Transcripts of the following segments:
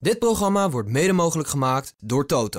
Dit programma wordt mede mogelijk gemaakt door Toto.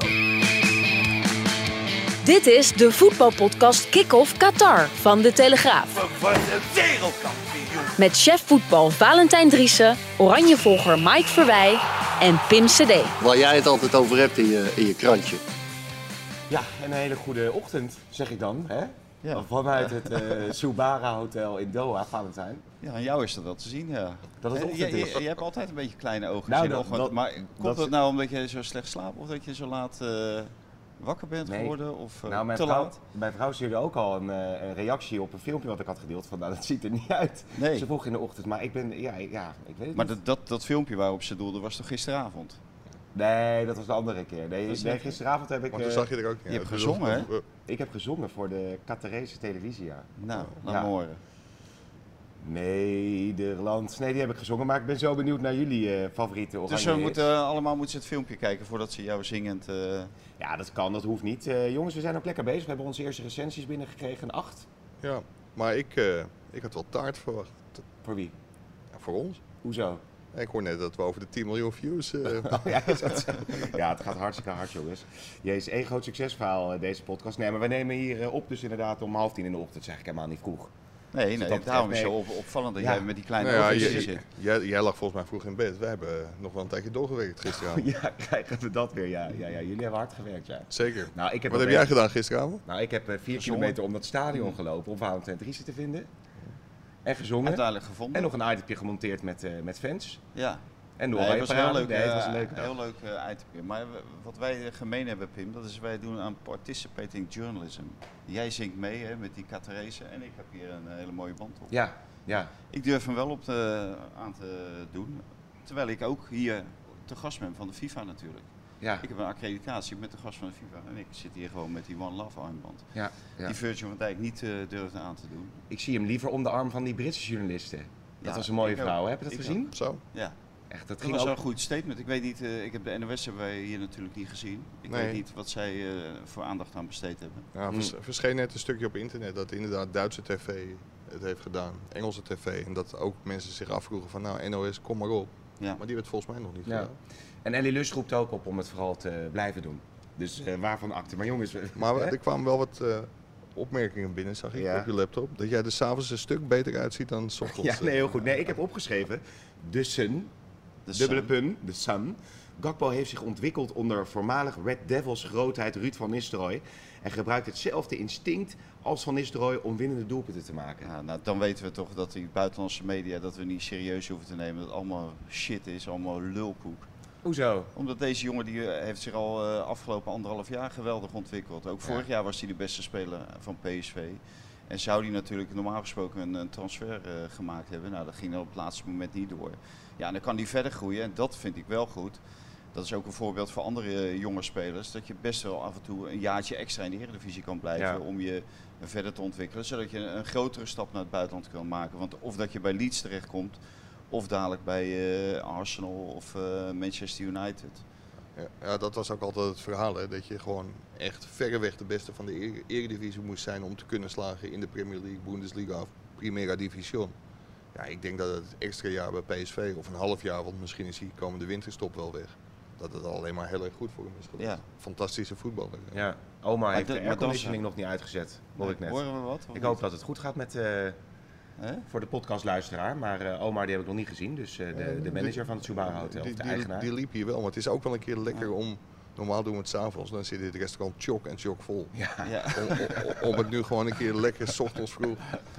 Dit is de voetbalpodcast Kick-Off Qatar van De Telegraaf. We worden wereldkampioen. Met chef voetbal Valentijn Driessen, Oranjevolger Mike Verwij en Pim CD. Waar jij het altijd over hebt in je krantje. Ja, en een hele goede ochtend, zeg ik dan. Hè? Ja. Vanuit het Subara Hotel in Doha, Valentijn. Ja, aan jou is dat wel te zien, ja. Dat het ochtend is. Je hebt altijd een beetje kleine ogen Nou, in de dat- ochtend. dat- Maar komt dat- dat nou omdat je zo slecht slaapt of dat je zo laat wakker bent Nee. geworden? Of Nou, te laat? mijn vrouw stuurde ook al een reactie op een filmpje wat ik had gedeeld. Van, nou, dat ziet er niet uit. Nee. Ze vroeg in de ochtend, maar ik ben, ja, ik weet het Maar niet. dat filmpje waarop ze doelde was toch gisteravond? Nee, dat was de andere keer. Nee, Dat is nee, niet- gisteravond heb ik, Want toen zag je er ook niet je hebt uit. gezongen, hè? ik heb gezongen voor de Qatarese televisie, ja. Nou, laat Ja. me horen. Nederland. Nee, die heb ik gezongen, maar ik ben zo benieuwd naar jullie favoriete oranje. Dus we moeten allemaal ze het filmpje kijken voordat ze jou zingend... Ja, dat kan, dat hoeft niet. Jongens, we zijn ook lekker bezig. We hebben onze eerste recensies binnengekregen, een 8. Ja, maar ik had wel taart verwacht. Voor wie? Ja, voor ons. Hoezo? Ik hoor net dat we over de 10 miljoen views... Ja, is dat zo? Ja, het gaat hartstikke hard, jongens. Jezus, één groot succesverhaal deze podcast. Nee, maar we nemen hier op dus inderdaad om 9:30 in de ochtend. Zeg ik helemaal niet vroeg. Nee, dat daarom is betreft, het zo opvallend dat Ja. jij met die kleine Nou ja, ogen zit. jij lag volgens mij vroeg in bed. Wij hebben nog wel een tijdje doorgewerkt gisteravond. Ja, krijgen we dat weer. Ja, jullie hebben hard gewerkt, ja. Zeker. Nou, ik heb Wat ook heb jij echt- gedaan gisteravond? Nou, ik heb 4 kilometer om dat stadion gelopen om Valentijn Driessen te vinden. En gezongen. Uiteindelijk gevonden. En nog een itempje gemonteerd met fans. Ja. En de Nee, het was een heel leuk, Nee, het was een leuke dag. heel leuk itempje. Maar wat wij gemeen hebben, Pim, dat is wij doen aan participating journalism. Jij zingt mee hè, met die Qatarese en ik heb hier een hele mooie band op. Ja, ja. Ik durf hem wel aan te doen, terwijl ik ook hier te gast ben van de FIFA natuurlijk. Ja, Ik heb een accreditatie met de gast van de FIFA en ik zit hier gewoon met die One Love armband. ja, ja. Die Virgil van Dijk niet durfde aan te doen. Ik zie hem liever om de arm van die Britse journalisten. Dat Ja, was een mooie ik ook. vrouw, hè? Heb je dat Ik gezien? Zo? Ja. Echt, dat Dat ging was ook... wel een goed statement. Ik weet niet, ik heb de NOS hebben wij hier natuurlijk niet gezien. Ik Nee. weet niet wat zij voor aandacht aan besteed hebben. Ja, verscheen net een stukje op internet dat inderdaad Duitse tv het heeft gedaan. Engelse tv. En dat ook mensen zich afvroegen van nou NOS, kom maar op. Ja. Maar die hebben het volgens mij nog niet Ja. gedaan. En Ellie Lust roept ook op om het vooral te blijven doen. Dus waarvan acte. Maar jongens... Maar hè? er kwamen wel wat opmerkingen binnen, zag ik Ja. op je laptop. Dat jij er s'avonds een stuk beter uitziet dan 's ochtends. Ja, nee, heel goed. Nee, ik heb opgeschreven. De Sun, De dubbele Sun. pun, de Sun. Gakpo heeft zich ontwikkeld onder voormalig Red Devils grootheid Ruud van Nistelrooy. En gebruikt hetzelfde instinct als Van Nistelrooy om winnende doelpunten te maken. Ja, nou, dan weten we toch dat die buitenlandse media dat we niet serieus hoeven te nemen. Dat het allemaal shit is, allemaal lulkoek. Hoezo? Omdat deze jongen die heeft zich al afgelopen 1,5 jaar geweldig ontwikkeld. Ook vorig jaar was hij de beste speler van PSV. En zou hij natuurlijk normaal gesproken een transfer gemaakt hebben. Nou, dat ging dan op het laatste moment niet door. Ja, en dan kan hij verder groeien en dat vind ik wel goed. Dat is ook een voorbeeld voor andere jonge spelers. Dat je best wel af en toe een jaartje extra in de Eredivisie kan blijven. Ja. Om je verder te ontwikkelen. Zodat je een grotere stap naar het buitenland kan maken. Want of dat je bij Leeds terechtkomt. Of dadelijk bij Arsenal of Manchester United. Ja, dat was ook altijd het verhaal. Hè? Dat je gewoon echt verreweg de beste van de Eredivisie moest zijn om te kunnen slagen in de Premier League, Bundesliga of Primera Division. Ja, ik denk dat het extra jaar bij PSV of een half jaar, want misschien is die komende winterstop wel weg. Dat het alleen maar heel erg goed voor hem is geweest. Ja. Fantastische voetballer. Ja, oma heeft dat- de maar dat is- airconditioning nog niet uitgezet, hoor ik net. Horen we wat? of Ik niet? hoop dat het goed gaat met, Hè? voor de podcastluisteraar. Maar oma die heb ik nog niet gezien. Dus de manager van het Subara Hotel, of de eigenaar. Die liep hier wel, maar het is ook wel een keer lekker om... Normaal doen we het s'avonds, dan zit het restaurant chock en chock vol. Ja, Ja. Om het nu gewoon een keer lekker 's ochtends vroeg.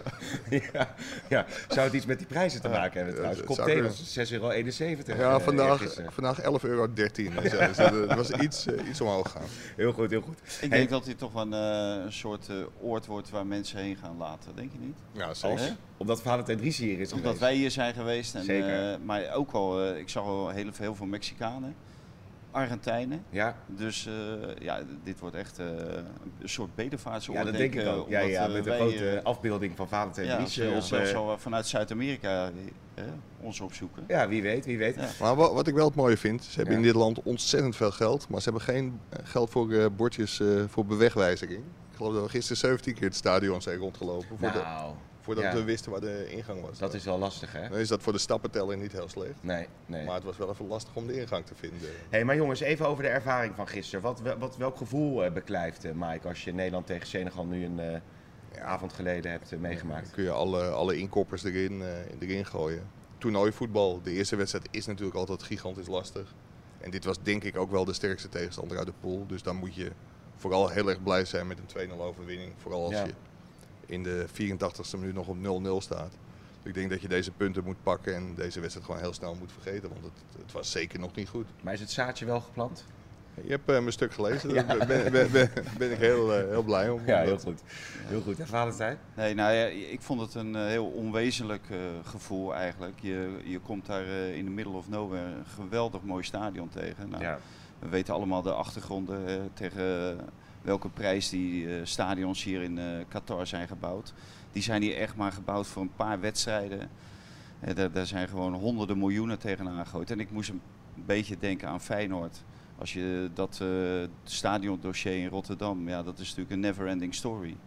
ja. Zou het iets met die prijzen te maken hebben trouwens? dat Kop zou thee kunnen. was €6,71. Ja, vandaag eergisteren. 11,13 €. Dus het was iets omhoog gaan. Heel goed, heel goed. Ik denk dat dit toch wel een soort oord wordt waar mensen heen gaan laten, denk je niet? Ja, Als, zeker. omdat Valentijn Driessen hier is Omdat geweest. wij hier zijn geweest. En, Zeker. maar ook al, ik zag al heel veel Mexicanen, Argentijnen. Ja, Dus ja, dit wordt echt een soort bedevaartsoord. ja, dat denk ik ook. Ja, omdat, ja, met een wij, grote afbeelding van Valentijn ja, Driessen. zelfs al vanuit Zuid-Amerika ons opzoeken. Ja, wie weet, wie weet. Ja. Maar wat ik wel het mooie vind, ze hebben Ja. in dit land ontzettend veel geld, maar ze hebben geen geld voor bordjes voor bewegwijziging. Ik geloof dat we gisteren 17 keer het stadion zijn rondgelopen. Voordat we wisten waar de ingang was. Dat is wel lastig, hè? Dan is dat voor de stappenteller niet heel slecht. Nee. Maar het was wel even lastig om de ingang te vinden. Hey, maar jongens, even over de ervaring van gisteren. Welk gevoel beklijft, Mike, als je Nederland tegen Senegal nu een avond geleden hebt meegemaakt? Dan kun je alle inkoppers erin gooien. Toernooivoetbal, de eerste wedstrijd is natuurlijk altijd gigantisch lastig. En dit was denk ik ook wel de sterkste tegenstander uit de pool. Dus dan moet je vooral heel erg blij zijn met een 2-0 overwinning. Vooral als je in de 84ste minuut nog op 0-0 staat. Ik denk dat je deze punten moet pakken en deze wedstrijd gewoon heel snel moet vergeten. Want het was zeker nog niet goed. Maar is het zaadje wel geplant? Je hebt mijn stuk gelezen, daar ben ik heel blij om. Ja, heel goed. Heel goed. En Valentijn? Nee, nou ja, ik vond het een heel onwezenlijk gevoel eigenlijk. Je komt daar in the middle of nowhere een geweldig mooi stadion tegen. Nou, we weten allemaal de achtergronden tegen welke prijs die stadions hier in Qatar zijn gebouwd. Die zijn hier echt maar gebouwd voor een paar wedstrijden. Daar zijn gewoon honderden miljoenen tegenaan gegooid. En ik moest een beetje denken aan Feyenoord. Als je dat stadiondossier in Rotterdam, ja, dat is natuurlijk een never-ending story.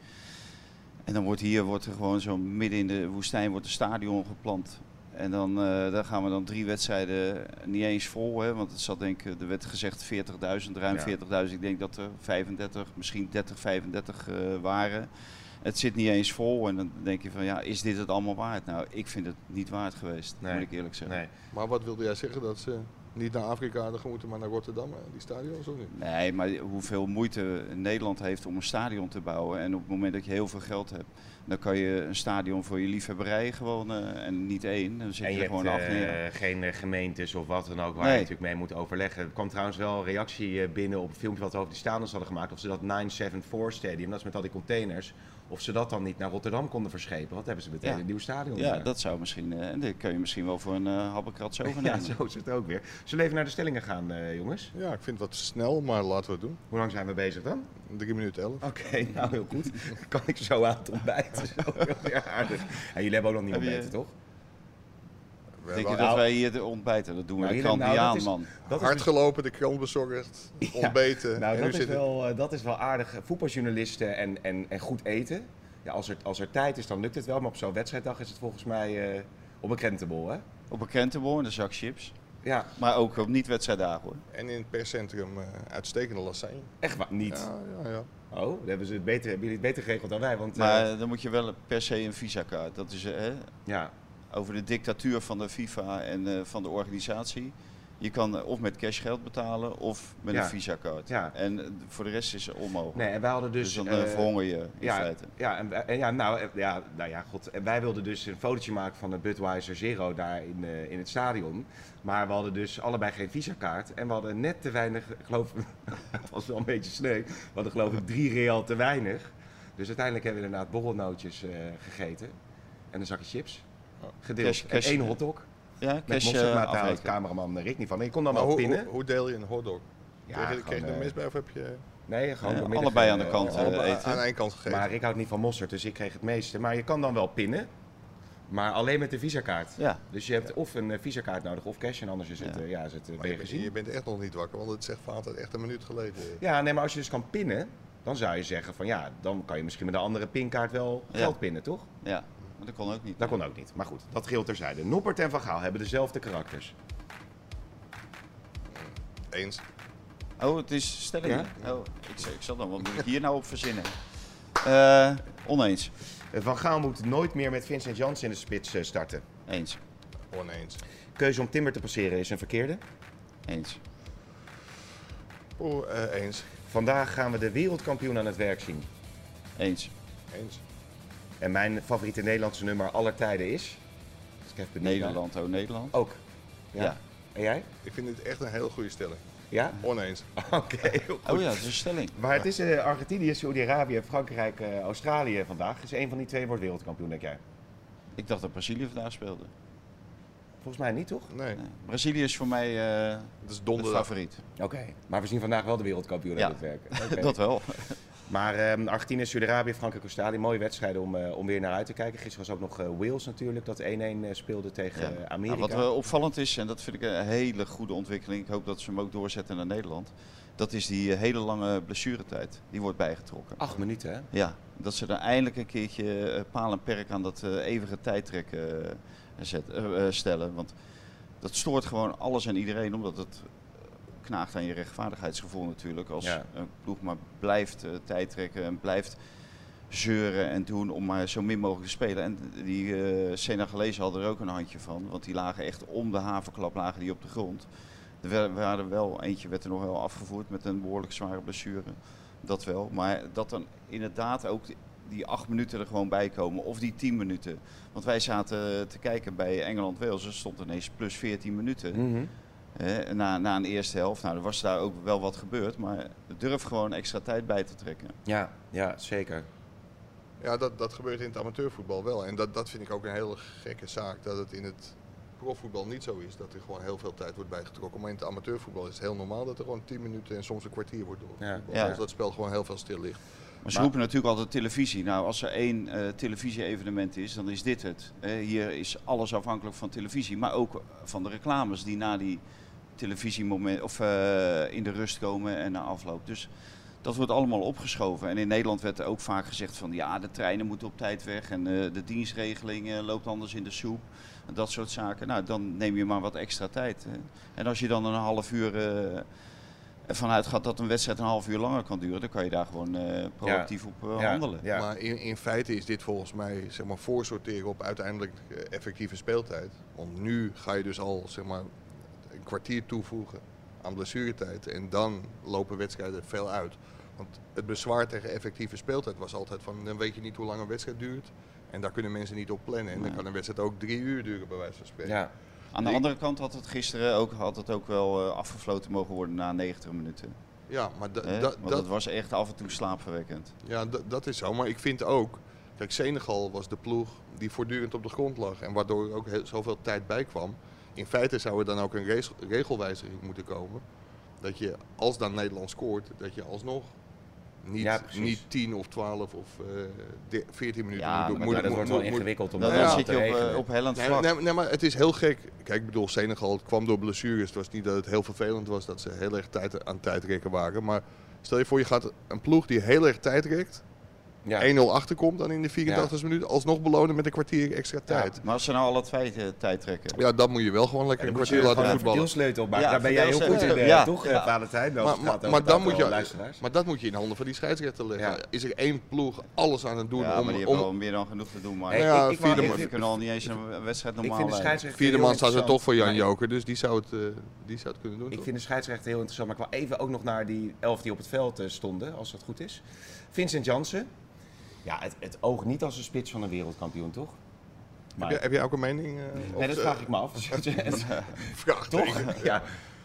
En dan wordt er gewoon zo midden in de woestijn wordt een stadion geplant. En dan gaan we dan 3 wedstrijden niet eens vol, hè, want het zat denk ik, er werd gezegd 40.000, ruim 40.000. Ik denk dat er 35, misschien 30, 35 waren. Het zit niet eens vol en dan denk je van ja, is dit het allemaal waard? Nou, ik vind het niet waard geweest, moet ik eerlijk zeggen. Nee. Maar wat wilde jij zeggen, dat ze niet naar Afrika hadden moeten, maar naar Rotterdam, die stadions of niet? Nee, maar hoeveel moeite Nederland heeft om een stadion te bouwen en op het moment dat je heel veel geld hebt, dan kan je een stadion voor je liefhebberij gewoon en niet één. Dan zit en je je gewoon hebt geen gemeentes of wat dan ook waar je natuurlijk mee moet overleggen. Er kwam trouwens wel een reactie binnen op een filmpje wat we over die stadions hadden gemaakt. Of ze dat 974 Stadium, dat is met al die containers, of ze dat dan niet naar Rotterdam konden verschepen. Want hebben ze meteen een nieuw stadion. Ja, dat zou misschien, en dat kun je misschien wel voor een habbekrats overnemen. Ja, zo is het ook weer. Zullen we even naar de stellingen gaan, jongens? Ja, ik vind het wat snel, maar laten we het doen. Hoe lang zijn we bezig dan? 3 minuten 11. Oké, nou heel goed. Kan ik zo aan het ontbijten. Zo heel weer aardig. En jullie hebben ook nog niet ontbeten, toch? Denk je dat wij hier ontbijten? Dat doen we de krant niet aan, man. Hard gelopen, de krant bezorgd, ontbeten. Nou, dat is wel aardig. Voetbaljournalisten en goed eten. Ja, als er tijd is, dan lukt het wel. Maar op zo'n wedstrijddag is het volgens mij op een krentenbol, hè? Op een krentenbol en een zak chips. Ja. Maar ook op niet-wedstrijddagen, hoor. En in het perscentrum uitstekende lasagne. Echt waar? Niet? Ja. Oh, dan hebben jullie het beter geregeld dan wij. Want, maar dan moet je wel per se een visakaart. Dat is ja. Over de dictatuur van de FIFA en van de organisatie. Je kan of met cashgeld betalen of met een visakaart. Ja. En voor de rest is het onmogelijk. Nee, en wij hadden dus dan verhonger je in feite. En wij wilden dus een fotootje maken van de Budweiser Zero daar in het stadion. Maar we hadden dus allebei geen visakaart. En we hadden net te weinig, geloof ik, het was wel een beetje sneu. We hadden geloof ik 3 real te weinig. Dus uiteindelijk hebben we inderdaad borrelnootjes gegeten. En een zakje chips. Gedeeld. En 1 hotdog. Ja, met mosterd, maar daar houdt cameraman Rick niet van. Je kon dan wel pinnen. Hoe deel je een hotdog? Kreeg je er mis bij of heb je... Nee, gewoon allebei aan de kant eten. Aan één kant gegeten. Maar ik houd niet van mosterd, dus ik kreeg het meeste. Maar je kan dan wel pinnen, maar alleen met de visakaart. Ja. Dus je hebt of een visakaart nodig of cash en anders is het, ben je gezien. Je bent echt nog niet wakker, want het zegt Vaat echt een minuut geleden. Ja, nee, maar als je dus kan pinnen, dan zou je zeggen van ja, dan kan je misschien met een andere pinkaart wel geld pinnen, toch? Ja. Maar dat kon ook niet. Dat kon ook niet. Maar goed, dat geldt terzijde. Noppert en Van Gaal hebben dezelfde karakters. Eens. Oh, het is stelling. Ja? Oh, ik zat dan, wat moet ik hier nou op verzinnen? Oneens. Van Gaal moet nooit meer met Vincent Janssen in de spits starten. Eens. Oneens. Keuze om Timber te passeren is een verkeerde. Eens. Eens. Vandaag gaan we de wereldkampioen aan het werk zien. Eens. Eens. En mijn favoriete Nederlandse nummer aller tijden is? Nederland, oh Nederland. Ook? Ja. En jij? Ik vind dit echt een hele goede stelling. Ja? Oneens. Oké, heel goed. Oh ja, dat is een stelling. Maar het is Argentinië, Saudi-Arabië, Frankrijk, Australië vandaag. Dus één van die twee wordt wereldkampioen, denk jij? Ik dacht dat Brazilië vandaag speelde. Volgens mij niet, toch? Nee. Brazilië is voor mij dat is donderdag. favoriet. Oké, maar we zien vandaag wel de wereldkampioen aan het werken. Okay. Dat wel. Maar Argentinië, Saudi-Arabië, Frankrijk, Australië, mooie wedstrijden om weer naar uit te kijken. Gisteren was ook nog Wales natuurlijk, dat 1-1 speelde tegen Amerika. Nou, wat opvallend is, en dat vind ik een hele goede ontwikkeling, ik hoop dat ze hem ook doorzetten naar Nederland, dat is die hele lange blessuretijd. Die wordt bijgetrokken. 8 minuten, hè? Ja, dat ze er eindelijk een keertje paal en perk aan dat eeuwige tijdtrekken stellen. Want dat stoort gewoon alles en iedereen, omdat het knaagt aan je rechtvaardigheidsgevoel natuurlijk. Als een ploeg maar blijft tijdtrekken en blijft zeuren en doen om maar zo min mogelijk te spelen. En die Senegalezen hadden er ook een handje van, want die lagen echt om de haverklap lagen die op de grond. Eentje werd er nog wel afgevoerd met een behoorlijk zware blessure. Dat wel, maar dat dan inderdaad ook die 8 minuten er gewoon bij komen, of die 10 minuten. Want wij zaten te kijken bij Engeland-Wales, er stond ineens plus 14 minuten. Na een eerste helft. Nou, er was daar ook wel wat gebeurd, maar durf gewoon extra tijd bij te trekken. Ja, zeker. Ja, dat gebeurt in het amateurvoetbal wel. En dat vind ik ook een hele gekke zaak, dat het in het profvoetbal niet zo is, dat er gewoon heel veel tijd wordt bijgetrokken. Maar in het amateurvoetbal is het heel normaal dat er gewoon 10 minuten en soms een kwartier wordt doorgevoetbald. Ja. Dus dat spel gewoon heel veel stil ligt. Maar ze roepen natuurlijk altijd televisie. Nou, als er 1 televisie-evenement is, dan is dit het. Hier is alles afhankelijk van televisie, maar ook van de reclames die na die televisiemoment of in de rust komen en na afloop. Dus dat wordt allemaal opgeschoven. En in Nederland werd er ook vaak gezegd van ja, de treinen moeten op tijd weg en de dienstregeling loopt anders in de soep. En dat soort zaken. Nou, dan neem je maar wat extra tijd. En als je dan een half uur ervan uitgaat dat een wedstrijd een half uur langer kan duren, dan kan je daar gewoon proactief op handelen. Ja. Maar in feite is dit volgens mij zeg maar voorsorteren op uiteindelijk effectieve speeltijd. Want nu ga je dus al zeg maar een kwartier toevoegen aan blessuretijd en dan lopen wedstrijden veel uit. Want het bezwaar tegen effectieve speeltijd was altijd van dan weet je niet hoe lang een wedstrijd duurt en daar kunnen mensen niet op plannen. En dan kan een wedstrijd ook 3 uur duren bij wijze van spreken. Ja. Aan de andere kant had het gisteren ook wel afgefloten mogen worden na 90 minuten. Ja, maar want het was echt af en toe slaapverwekkend. Ja, dat is zo. Maar ik vind ook, kijk, Senegal was de ploeg die voortdurend op de grond lag en waardoor er ook zoveel tijd bij kwam. In feite zou er dan ook een regelwijziging moeten komen. Dat je, als dan Nederland scoort, dat je alsnog niet 10 of 12 of 14 minuten moet. Dat wordt wel ingewikkeld om dat zit je op hellend vlak. Nee, maar het is heel gek. Kijk, ik bedoel, Senegal, het kwam door blessures. Het was niet dat het heel vervelend was dat ze heel erg aan tijdrekken waren. Maar stel je voor, je gaat een ploeg die heel erg tijdrekt. 1-0 achterkomt dan in de 84e minuut, alsnog belonen met een kwartier extra tijd. Ja, maar als ze nou alle twee tijd trekken. Ja, dan moet je wel gewoon lekker een kwartier laten voetballen. Verdeelsleutel maken. Daar ben jij heel goed in, toch, Valentijn? Maar dat moet je in handen van die scheidsrechter leggen. Ja. Is er 1 ploeg alles aan het doen maar die hebben wel meer dan genoeg te doen. Maar je kunnen al niet eens een wedstrijd normaal leiden. Vierde man staat er toch voor Jan Joker, dus die zou het kunnen doen. Ik vind de scheidsrechter heel interessant, maar ik wil even ook nog naar die 11 die op het veld stonden, als dat goed is. Vincent Janssen. Ja, het oogt niet als een spits van een wereldkampioen, toch? Maar heb jij ook een mening? Nee, dat vraag ik me af. Vraag toch? Ja.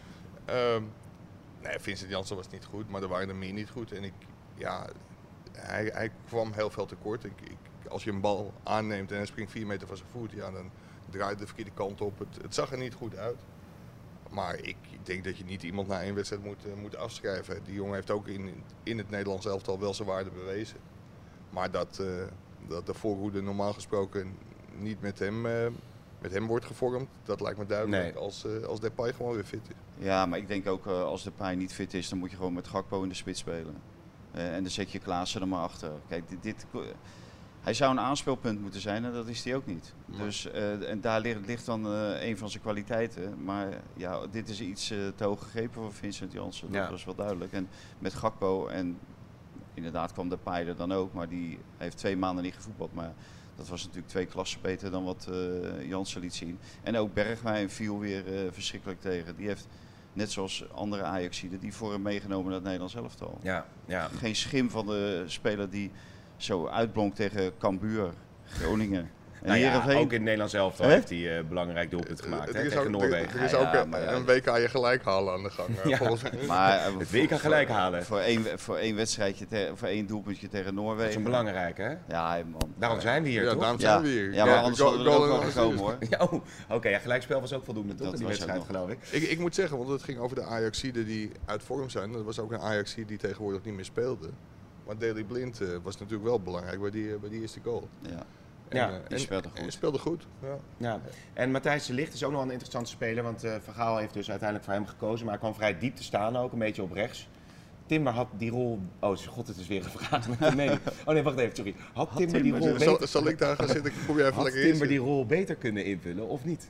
Nee, Vincent Janssen was niet goed, maar er waren er meer niet goed. En hij kwam heel veel tekort. Als je een bal aanneemt en hij springt 4 meter van zijn voet, dan draait de verkeerde kant op. Het zag er niet goed uit. Maar ik denk dat je niet iemand na 1 wedstrijd moet afschrijven. Die jongen heeft ook in het Nederlands elftal wel zijn waarde bewezen. Maar dat de voorhoede normaal gesproken niet met hem wordt gevormd, dat lijkt me duidelijk als Depay gewoon weer fit is. Ja, maar ik denk ook als Depay niet fit is, dan moet je gewoon met Gakpo in de spits spelen. En dan zet je Klaassen er maar achter. Kijk, hij zou een aanspeelpunt moeten zijn en dat is hij ook niet. Nee. Dus, en daar ligt dan een van zijn kwaliteiten. Maar ja, dit is iets te hoog gegrepen voor Vincent Janssen, dat was wel duidelijk. En met Gakpo en inderdaad kwam Depay er dan ook, maar die heeft 2 maanden niet gevoetbald. Maar dat was natuurlijk 2 klassen beter dan wat Janssen liet zien. En ook Bergwijn viel weer verschrikkelijk tegen. Die heeft, net zoals andere Ajaxiden, die voor hem meegenomen naar het Nederlands elftal. Ja. Geen schim van de speler die zo uitblonk tegen Cambuur, Groningen. Ook in het Nederlands elftal heeft hij belangrijk doelpunt gemaakt tegen Noorwegen. Er is ook een WK je gelijk halen aan de gang. Maar het WK gelijk halen. Voor 1 wedstrijdje, voor 1 doelpuntje tegen Noorwegen. Dat is een belangrijk, hè? Ja, man. Daarom zijn we hier, toch? Daarom zijn we hier. Ja, maar anders hadden we er ook wel gekomen, hoor. Oké, gelijkspel was ook voldoende, toch? Die wedstrijd, geloof ik. Ik moet zeggen, want het ging over de Ajaxiden die uit vorm zijn. Er was ook een Ajaxide die tegenwoordig niet meer speelde. Maar Daley Blind was natuurlijk wel belangrijk bij die eerste goal. Ja, die speelde goed. Speelde goed, ja. Ja. En Matthijs de Ligt is ook nog een interessante speler, want Van Gaal heeft dus uiteindelijk voor hem gekozen, maar hij kwam vrij diep te staan ook, een beetje op rechts. Timber had die rol... Oh god, het is weer een vraag met de mening. Oh nee, wacht even, sorry. Had Timber die rol beter... Zal ik daar gaan zitten? Kom jij even had lekker Timber die rol beter kunnen invullen of niet?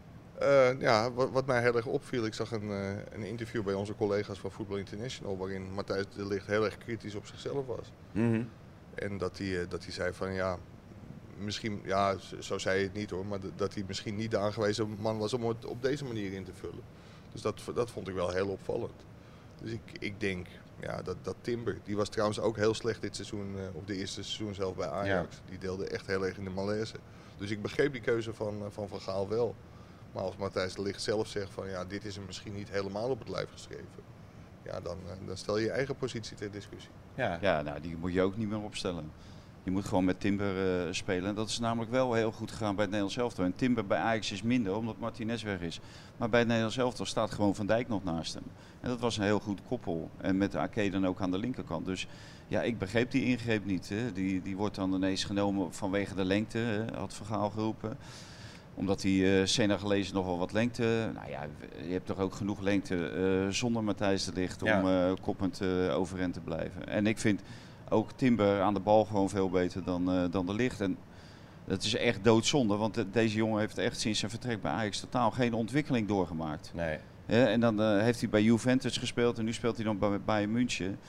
Ja, wat mij heel erg opviel, ik zag een interview bij onze collega's van Football International, waarin Matthijs de Ligt heel erg kritisch op zichzelf was. Mm-hmm. En dat hij zei van ja, misschien, ja, zo zei hij het niet hoor, maar dat hij misschien niet de aangewezen man was om het op deze manier in te vullen. Dus dat vond ik wel heel opvallend. Dus ik denk, ja, dat Timber, die was trouwens ook heel slecht dit seizoen, op de eerste seizoen zelf bij Ajax. Ja. Die deelde echt heel erg in de malaise. Dus ik begreep die keuze van Gaal wel. Maar als Matthijs de Ligt zelf zegt van ja, dit is hem misschien niet helemaal op het lijf geschreven. Ja, dan stel je je eigen positie ter discussie. Ja, nou, die moet je ook niet meer opstellen. Je moet gewoon met Timber spelen. En dat is namelijk wel heel goed gegaan bij het Nederlands elftal. En Timber bij Ajax is minder, omdat Martinez weg is. Maar bij het Nederlands elftal staat gewoon Van Dijk nog naast hem. En dat was een heel goed koppel. En met Ake dan ook aan de linkerkant. Dus ja, ik begreep die ingreep niet. Hè. Die wordt dan ineens genomen vanwege de lengte, hè, had Van Gaal geroepen. Omdat die Senegalezen nog wel wat lengte... Nou ja, je hebt toch ook genoeg lengte zonder Matthijs de Ligt om koppend overeind te blijven. En ik vind ook Timber aan de bal gewoon veel beter dan de Ligt. En dat is echt doodzonde, want deze jongen heeft echt sinds zijn vertrek bij Ajax totaal geen ontwikkeling doorgemaakt. Nee. En dan heeft hij bij Juventus gespeeld en nu speelt hij dan bij Bayern München.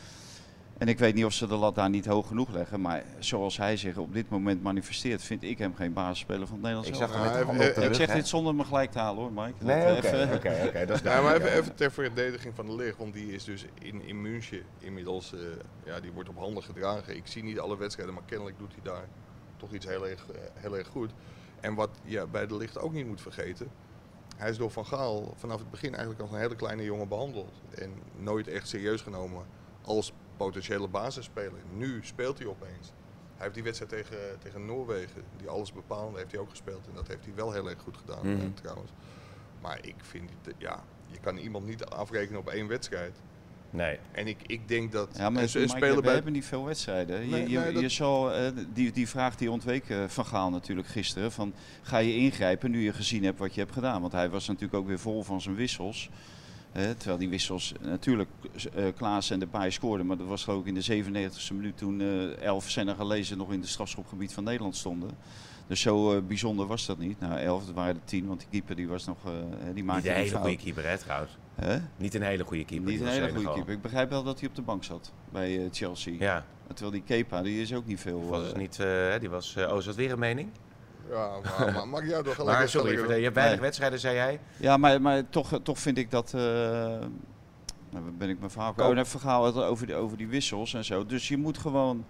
En ik weet niet of ze de lat daar niet hoog genoeg leggen, maar zoals hij zich op dit moment manifesteert, vind ik hem geen basisspeler van het Nederlands elftal. Ik zeg dit zonder me gelijk te halen hoor, Mike. Nee, oké. Dat is maar even ter verdediging van de Ligt, want die is dus in München inmiddels, die wordt op handen gedragen. Ik zie niet alle wedstrijden, maar kennelijk doet hij daar toch iets heel erg goed. En wat je bij de Ligt ook niet moet vergeten, hij is door Van Gaal vanaf het begin eigenlijk als een hele kleine jongen behandeld. En nooit echt serieus genomen als potentiële basisspeler. Nu speelt hij opeens. Hij heeft die wedstrijd tegen Noorwegen, die alles bepaalde, heeft hij ook gespeeld. En dat heeft hij wel heel erg goed gedaan trouwens. Maar ik vind, je kan iemand niet afrekenen op één wedstrijd. Nee. En ik denk dat... Ja, maar we hebben niet veel wedstrijden. Je zal, die vraag die ontweek Van Gaal natuurlijk gisteren. Van, ga je ingrijpen nu je gezien hebt wat je hebt gedaan? Want hij was natuurlijk ook weer vol van zijn wissels. Terwijl die wissels natuurlijk Klaas en Depay scoorden. Maar dat was geloof ik in de 97e minuut toen 11 Senegalezen nog in het strafschopgebied van Nederland stonden. Dus zo bijzonder was dat niet. Nou, 11, dat waren er 10, want die keeper die was nog... die maakte niet een hele goede keeper, hè, trouwens. Niet een hele goede keeper. Niet een hele goede keeper. Ik begrijp wel dat hij op de bank zat bij Chelsea. Ja. Terwijl die Kepa, die is ook niet veel... Was het niet, die was... is dat weer een mening? Ja, maar mag jij toch gelijk... Maar sorry, je hebt weinig wedstrijden, zei jij? Ja, maar toch vind ik dat... nou, ben ik mijn verhaal over die wissels en zo. Dus je moet gewoon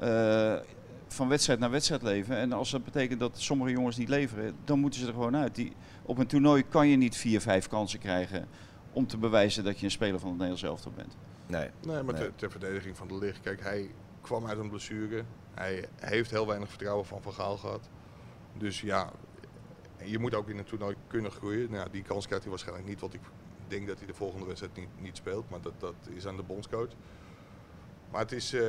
van wedstrijd naar wedstrijd leven. En als dat betekent dat sommige jongens niet leveren, dan moeten ze er gewoon uit. Op een toernooi kan je niet 4-5 kansen krijgen om te bewijzen dat je een speler van het Nederlands elftal bent. Nee, maar ter verdediging van de Ligt. Kijk, hij kwam uit een blessure. Hij heeft heel weinig vertrouwen van Van Gaal gehad. Dus ja, je moet ook in een toernooi kunnen groeien. Nou, die kans krijgt hij waarschijnlijk niet, want ik denk dat hij de volgende wedstrijd niet speelt. Maar dat is aan de bondscoach. Maar het is,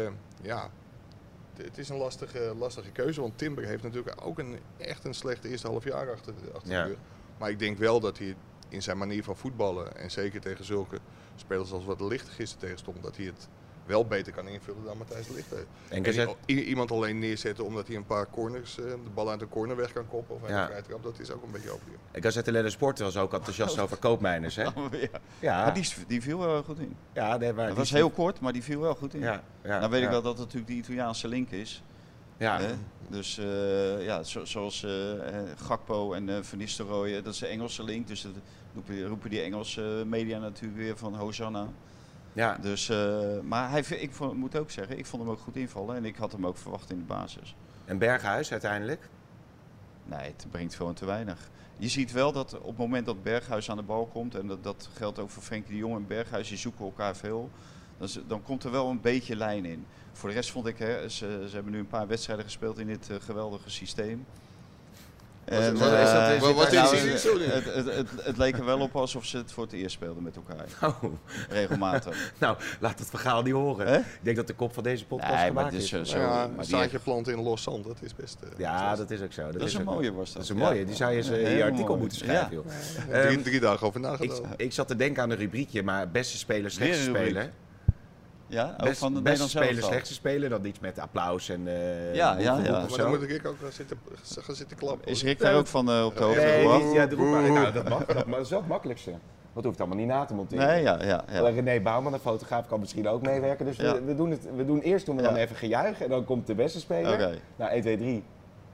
het is een lastige keuze. Want Timber heeft natuurlijk ook echt een slechte eerste half jaar achter de rug. Maar ik denk wel dat hij in zijn manier van voetballen, en zeker tegen zulke spelers als wat de Ligt gisteren tegenstond, dat hij het wel beter kan invullen dan Matthijs de Ligt. En iemand alleen neerzetten omdat hij een paar corners, de bal uit de corner weg kan koppen of een vrije trap, dat is ook een beetje over. Gazette dello Sport was ook enthousiast over Koopmeiners, hè? Maar die viel wel goed in. Ja, dat was heel kort, maar die viel wel goed in. Dan weet ik wel dat het natuurlijk de Italiaanse link is. Ja. Dus zoals Gakpo en Van Nistelrooy, dat is de Engelse link. Dus dat roepen die Engelse media natuurlijk weer van Hosanna. Ja. Dus, maar ik moet ook zeggen, ik vond hem ook goed invallen en ik had hem ook verwacht in de basis. En Berghuis uiteindelijk? Nee, het brengt gewoon te weinig. Je ziet wel dat op het moment dat Berghuis aan de bal komt, en dat geldt ook voor Frenkie de Jong en Berghuis, die zoeken elkaar veel. Dan komt er wel een beetje lijn in. Voor de rest vond ik, ze hebben nu een paar wedstrijden gespeeld in dit geweldige systeem. En, Was dit serieus zo niet? het leek er wel op alsof ze het voor het eerst speelden met elkaar. Oh. Regelmatig. Nou, laat het verhaal niet horen. Hè? Ik denk dat de kop van deze podcast Nee, maar gemaakt dit is. is zo. Ja, maar een die- zaadje planten in los zand, dat is best... Ja, dat is ook zo. Dat is een ook- mooie, was dat. Dat is een mooie. Die zou je eens in je Heel artikel mooi. moeten schrijven, Ja. joh. 3 dagen over nagedacht. Ik zat te denken aan een rubriekje, maar beste speler, slechtste Weer een rubriek. speler. Ja, ook Best, van de beste Nederlandse speler, elftal. slechtste speler. Dan iets met applaus en Ja, boek ja. of Maar zo. dan moet ik ook gaan zitten klappen. Is Rick daar ook van op de hoogte Nee, gebracht? niet, ja, de roep, nou, dat mag. Dat is wel het makkelijkste. Dat hoeft allemaal niet na te monteren. Nee, ja. René Bouwman, een fotograaf, kan misschien ook meewerken. Dus Ja. we doen eerst dan Ja. even gejuich en dan komt de beste speler. Oké. Nou, 1, 2, 3.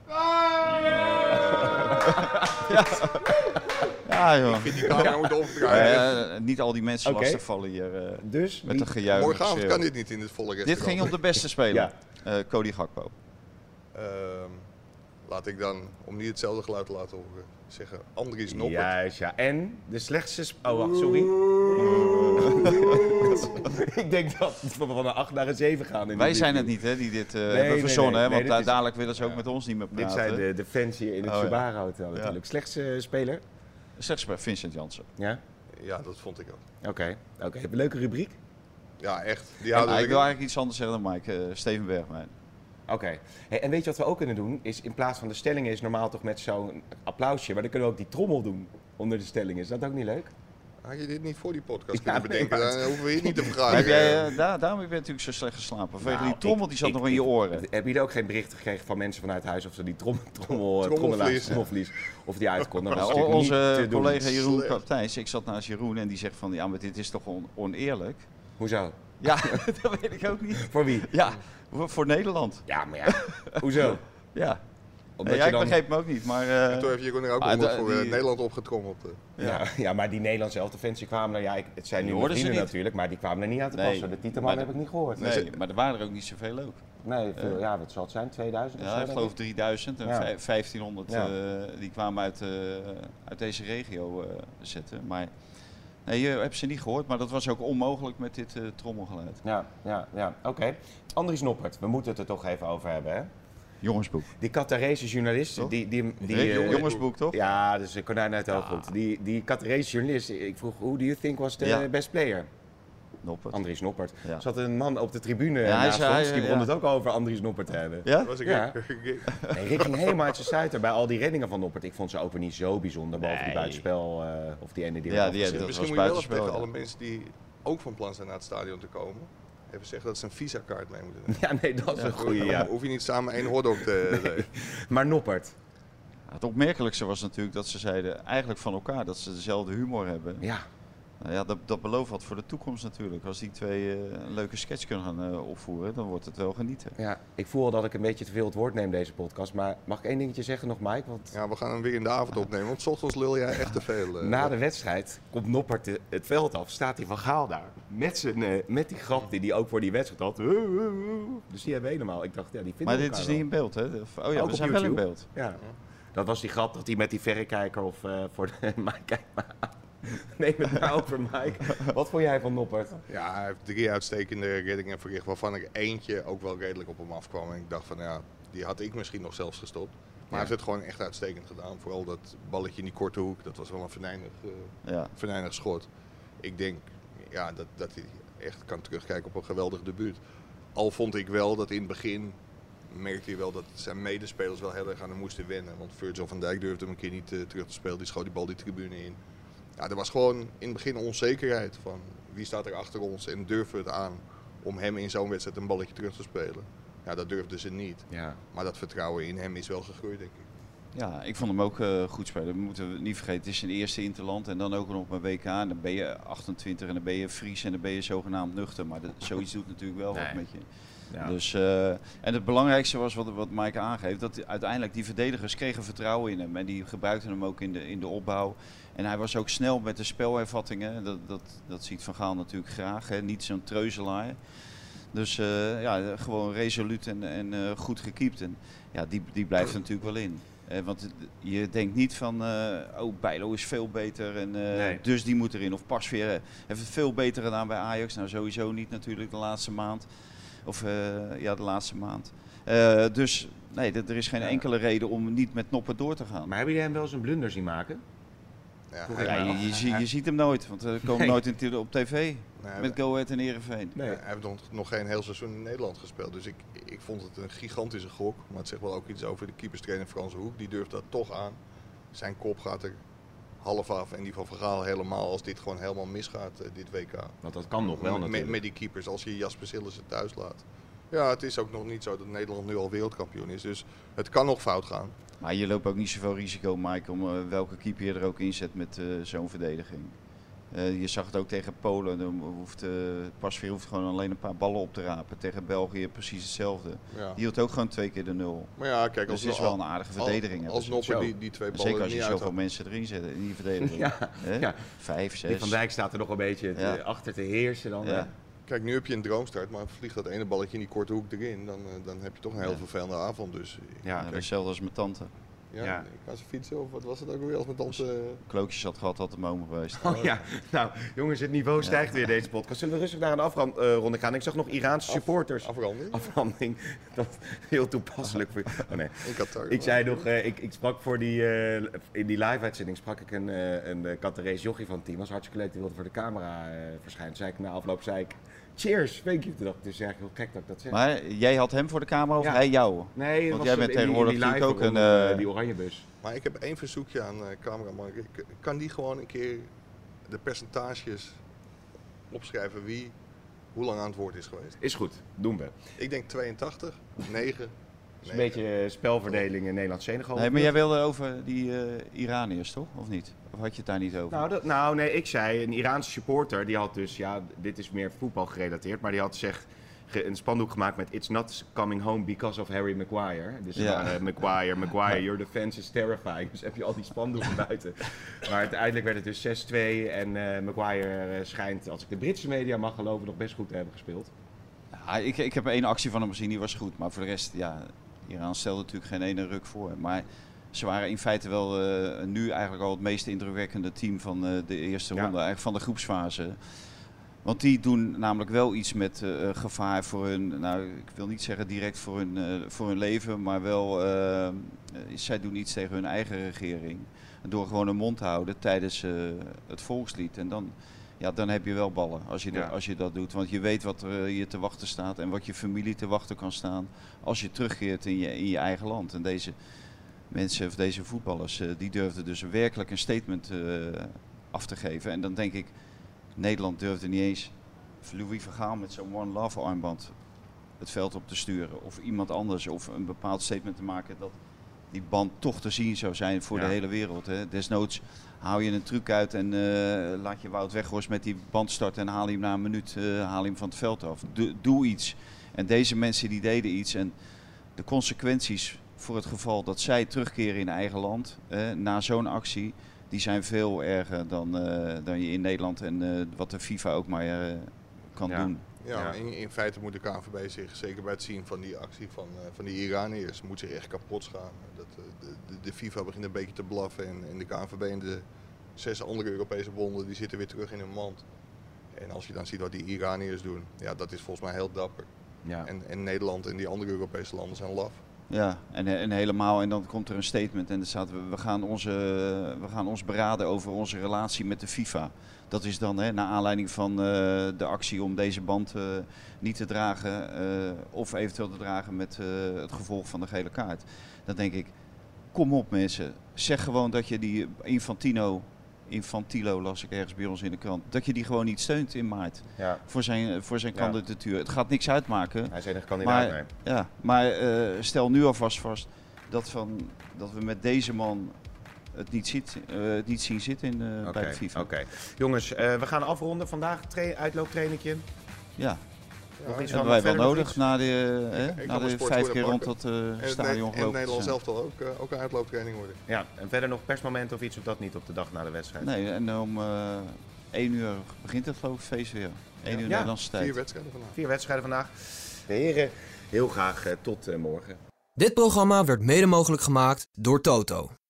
Ja, joh. Die camera moet opdraaien. Niet al die mensen Oké. lastigvallen hier Dus met wie- een gejuich. Morgenavond schreeuw. kan dit niet in het volle restaurant. Dit ging om de beste speler. Cody Gakpo. Laat ik dan, om niet hetzelfde geluid te laten horen, zeggen Andries Noppert. Juist, ja. En de slechtste... Oh, wacht, sorry. Ik denk dat we van een 8 naar een 7 gaan. In Wij dit zijn het review. niet, hè, die dit hebben verzonnen. nee, hè, want nee, dit is- dadelijk willen ze ook met ons niet meer Dit praten. zijn de fans hier in het Oh, ja. Subaru Hotel natuurlijk. Slechtste speler? Slechts bij Vincent Janssen. Ja? Ja, dat vond ik ook. Oké. Leuke rubriek. Ja, echt. Die Ik houden wil we eigenlijk iets anders zeggen dan Mike. Steven Bergwijn. Oké. Hey, en weet je wat we ook kunnen doen? Is in plaats van de stellingen is normaal toch met zo'n applausje, maar dan kunnen we ook die trommel doen onder de stellingen. Is dat ook niet leuk? Had je dit niet voor die podcast Ja, kunnen nee, bedenken? maar- Dan hoeven we hier niet te vragen. Heb jij, daarom heb je natuurlijk zo slecht geslapen. Vanwege Nou, die trommel die zat nog in je oren. Heb je er ook geen bericht gekregen van mensen vanuit huis of ze die Trommelvlies. trommelvlies of die uit konden? Dat was Nou, natuurlijk niet onze te doen. collega Jeroen Slecht. Kapteins, ik zat naast Jeroen en die zegt van ja, maar dit is toch oneerlijk? Hoezo? Ja, dat weet ik ook niet. Voor wie? Ja, voor Nederland. Ja, maar ja. Hoezo? Ja, Omdat ja je ik dan... begreep hem ook niet, maar... En toen heb je er ook Ah, onder de- voor die- Nederland opgetrommeld. Ja, maar die Nederlandse elftal-fans die kwamen er, ja, het zijn Die nu mijn hoorden ze vrienden niet. natuurlijk, maar die kwamen er niet aan te Nee, passen. De Tieteman maar heb ik niet gehoord. nee, maar er waren er ook niet zoveel ook. Nee, veel, ja, wat zal het zijn? 2000 of Ja, zo? ik denk geloof 3000 en Ja. 1500 Ja. die kwamen uit deze regio zetten. Maar nee, je hebt ze niet gehoord, maar dat was ook onmogelijk met dit trommelgeluid. Ja. Oké. Andries Noppert, we moeten het er toch even over hebben, hè? Jongensboek. Die Qatarese journalist, Toch? jongensboek, toch? Ja, dus een konijn uit de ooghoed. Die Qatarese journalist, ik vroeg, who do you think was the Ja. best player? Noppert. Andries Noppert. Ja. Er zat een man op de tribune Ja, hij naast zei- ons, die ja. begon het ook over Andries Noppert te hebben. Ja? Dat was ik Ja. ik- Nee, Rick ging helemaal uit zijn stuiter bij al die reddingen van Noppert. Ik vond ze ook weer niet zo bijzonder, behalve die Nee. buitenspel of die ene die Ja, werd die- afgezet. dat Misschien was moet je wel even buitenspel, tegen ja. alle mensen die ook van plan zijn naar het stadion te komen, even zeggen dat ze een visakaart mee moeten nemen. Ja, nee, dat is een goeie, ja. Dan hoef je niet samen één hotdog te... Maar Noppert, Ja, het opmerkelijkste was natuurlijk dat ze zeiden eigenlijk van elkaar dat ze dezelfde humor hebben. ja. Nou ja, dat belooft wat voor de toekomst natuurlijk. Als die twee een leuke sketch kunnen gaan opvoeren, dan wordt het wel genieten. Ja, ik voel al dat ik een beetje te veel het woord neem deze podcast. Maar mag ik één dingetje zeggen nog, Mike? Want Ja, we gaan hem weer in de avond opnemen, want 's ochtends lul jij echt te veel. na de wedstrijd komt Noppert het veld af, staat hij Van Gaal daar. Met die grap die hij ook voor die wedstrijd had. Dus die hebben we helemaal. Ik dacht, ja, die vinden Maar dit elkaar is wel. niet in beeld, hè? Oh ja, Ook we op zijn wel in YouTube. beeld. Ja. Dat was die grap dat hij met die verrekijker of voor de... Maar kijk maar aan. Neem het maar over, Mike. Wat vond jij van Noppert? Ja, hij heeft 3 uitstekende reddingen verricht, waarvan er eentje ook wel redelijk op hem afkwam. En ik dacht van, ja, die had ik misschien nog zelfs gestopt. Maar hij heeft het gewoon echt uitstekend gedaan. Vooral dat balletje in die korte hoek, dat was wel een venijnig schot. Ik denk ja, dat hij echt kan terugkijken op een geweldig debuut. Al vond ik wel dat in het begin merkte je wel dat zijn medespelers wel heel erg aan hem moesten wennen. Want Virgil van Dijk durfde hem een keer niet terug te spelen. Die schoot die bal die tribune in. Ja, er was gewoon in het begin onzekerheid van wie staat er achter ons en durven we het aan om hem in zo'n wedstrijd een balletje terug te spelen. Ja, dat durfden ze niet. Ja. Maar dat vertrouwen in hem is wel gegroeid, denk ik. Ja, ik vond hem ook goed spelen. We moeten niet vergeten, het is zijn eerste interland en dan ook nog op een WK. En dan ben je 28 en dan ben je Fries en dan ben je zogenaamd nuchter. Maar zoiets doet natuurlijk wel wat met je. Ja. Dus, en het belangrijkste was wat Maaike aangeeft, dat uiteindelijk die verdedigers kregen vertrouwen in hem. En die gebruikten hem ook in de opbouw. En hij was ook snel met de spelhervattingen. Dat ziet Van Gaal natuurlijk graag, hè? Niet zo'n treuzelaar. Dus ja, gewoon resoluut en goed gekiept. En ja, die blijft er natuurlijk wel in. Want je denkt niet van, oh, Bijlo is veel beter en Nee. dus die moet erin. Of Pasveer heeft het veel beter gedaan bij Ajax. Nou, sowieso niet natuurlijk de laatste maand. Of ja, de laatste maand. Dus nee, er is geen enkele reden om niet met Noppert door te gaan. Maar hebben jullie hem wel eens een blunder zien maken? Ja, Je ziet hem nooit, want we komen nooit op tv met Go Ahead en Heerenveen. Nee. Hij heeft nog geen heel seizoen in Nederland gespeeld. Dus ik vond het een gigantische gok. Maar het zegt wel ook iets over de keeperstrainer Frans Hoek. Die durft dat toch aan. Zijn kop gaat er half af en die van Vergaal helemaal als dit gewoon helemaal misgaat dit WK. Want dat kan nog wel natuurlijk. Met die keepers, als je Jasper Sillissen thuis laat. Ja, het is ook nog niet zo dat Nederland nu al wereldkampioen is. Dus het kan nog fout gaan. Maar je loopt ook niet zoveel risico, Mike, om welke keeper je er ook inzet met zo'n verdediging. Je zag het ook tegen Polen. Pasveer hoeft gewoon alleen een paar ballen op te rapen. Tegen België precies hetzelfde. Ja. Die hield ook gewoon 2 keer de 0. Maar ja, kijk, dus het is wel een aardige verdediging. Als Noppert die twee ballen zeker als je niet zoveel uit mensen erin zet in die verdediging. Ja. 5, 6. Die Van Dijk staat er nog een beetje achter te heersen dan. Ja. Kijk, nu heb je een droomstart, maar vliegt dat ene balletje in die korte hoek erin, dan heb je toch een heel vervelende avond. Dus Ja, kijk, hetzelfde als mijn tante. ja. Ik ga ze fietsen of wat was het ook weer als mijn tante... Klootjes had gehad, had het mogen geweest. Oh ja, nou jongens, het niveau stijgt weer deze podcast. Zullen we rustig naar een afronde gaan? Ik zag nog Iraanse supporters. Afronding, dat is heel toepasselijk voor je. Oh nee. In Qatar. Ik zei nog, ik sprak voor in die live-uitzending sprak ik een Qatarese jochie van het team. Was hartstikke leuk, die wilde voor de camera verschijnen. Zei ik na afloop, cheers, thank you. Toen dacht ik, dus eigenlijk heel gek dat ik dat zeg. Maar jij had hem voor de camera of hij jou? Nee, want jij bent tegenwoordig natuurlijk ook die oranje bus. Maar ik heb één verzoekje aan cameraman. Kan die gewoon een keer de percentages opschrijven hoe lang aan het woord is geweest? Is goed, doen we. Ik denk 82, 9. Een beetje spelverdeling in Nederland-Senegal. Nee, maar jij wilde over die Iraniërs, toch? Of niet? Of had je het daar niet over? Nou, nee, ik zei, een Iraanse supporter, die had dus, dit is meer voetbal gerelateerd, maar die had een spandoek gemaakt met It's not coming home because of Harry Maguire. Dus Maguire, your defense is terrifying. Dus heb je al die spandoeken buiten. Maar uiteindelijk werd het dus 6-2 en Maguire schijnt, als ik de Britse media mag geloven, nog best goed te hebben gespeeld. Ja, ik heb 1 actie van hem gezien, die was goed. Maar voor de rest, Iran stelde natuurlijk geen ene ruk voor. Maar ze waren in feite wel nu eigenlijk al het meest indrukwekkende team van de eerste ronde, eigenlijk van de groepsfase. Want die doen namelijk wel iets met gevaar voor hun, ik wil niet zeggen direct voor hun leven, maar wel, zij doen iets tegen hun eigen regering. Door gewoon hun mond te houden tijdens het volkslied. En dan heb je wel ballen als je dat doet. Want je weet wat er je te wachten staat en wat je familie te wachten kan staan als je terugkeert in je eigen land. En deze mensen, of deze voetballers, die durfden dus werkelijk een statement af te geven. En dan denk ik, Nederland durfde niet eens Louis van Gaal met zo'n One Love armband het veld op te sturen. Of iemand anders, of een bepaald statement te maken dat die band toch te zien zou zijn voor de hele wereld. Hè. Desnoods haal je een truc uit en laat je Wout Weghorst met die band starten en haal je hem na een minuut haal je hem van het veld af. Doe iets. En deze mensen die deden iets en de consequenties voor het geval dat zij terugkeren in eigen land na zo'n actie, die zijn veel erger dan je in Nederland en wat de FIFA ook maar kan doen. Ja, in feite moet de KNVB zich, zeker bij het zien van die actie van die Iraniërs, moet zich echt kapot schamen. De FIFA begint een beetje te blaffen en de KNVB en de 6 andere Europese bonden die zitten weer terug in hun mand. En als je dan ziet wat die Iraniërs doen, dat is volgens mij heel dapper. Ja. En Nederland en die andere Europese landen zijn laf. Ja, en helemaal, en dan komt er een statement en dan staat we gaan ons beraden over onze relatie met de FIFA. Dat is dan naar aanleiding van de actie om deze band niet te dragen of eventueel te dragen met het gevolg van de gele kaart. Dan denk ik, kom op mensen, zeg gewoon dat je die Infantilo las ik ergens bij ons in de krant, dat je die gewoon niet steunt in maart voor zijn kandidatuur. Het gaat niks uitmaken. Hij is enige kandidaat. Maar stel nu alvast vast dat we met deze man het niet zien zitten bij de FIFA. Oké. Jongens, we gaan afronden vandaag. Uitlooptrainingje. Ja. Hebben wij wel nodig na de 5 keer rond dat stadion gelopen. En Nederland zelf zal ook een uitlooptraining worden. Ja, en verder nog persmoment of iets of dat niet op de dag na de wedstrijd? Nee, en om 1 uur begint het geloof ik feest weer. 1 uur Nederlandse tijd. 4 wedstrijden vandaag. De heren, heel graag tot morgen. Dit programma werd mede mogelijk gemaakt door Toto.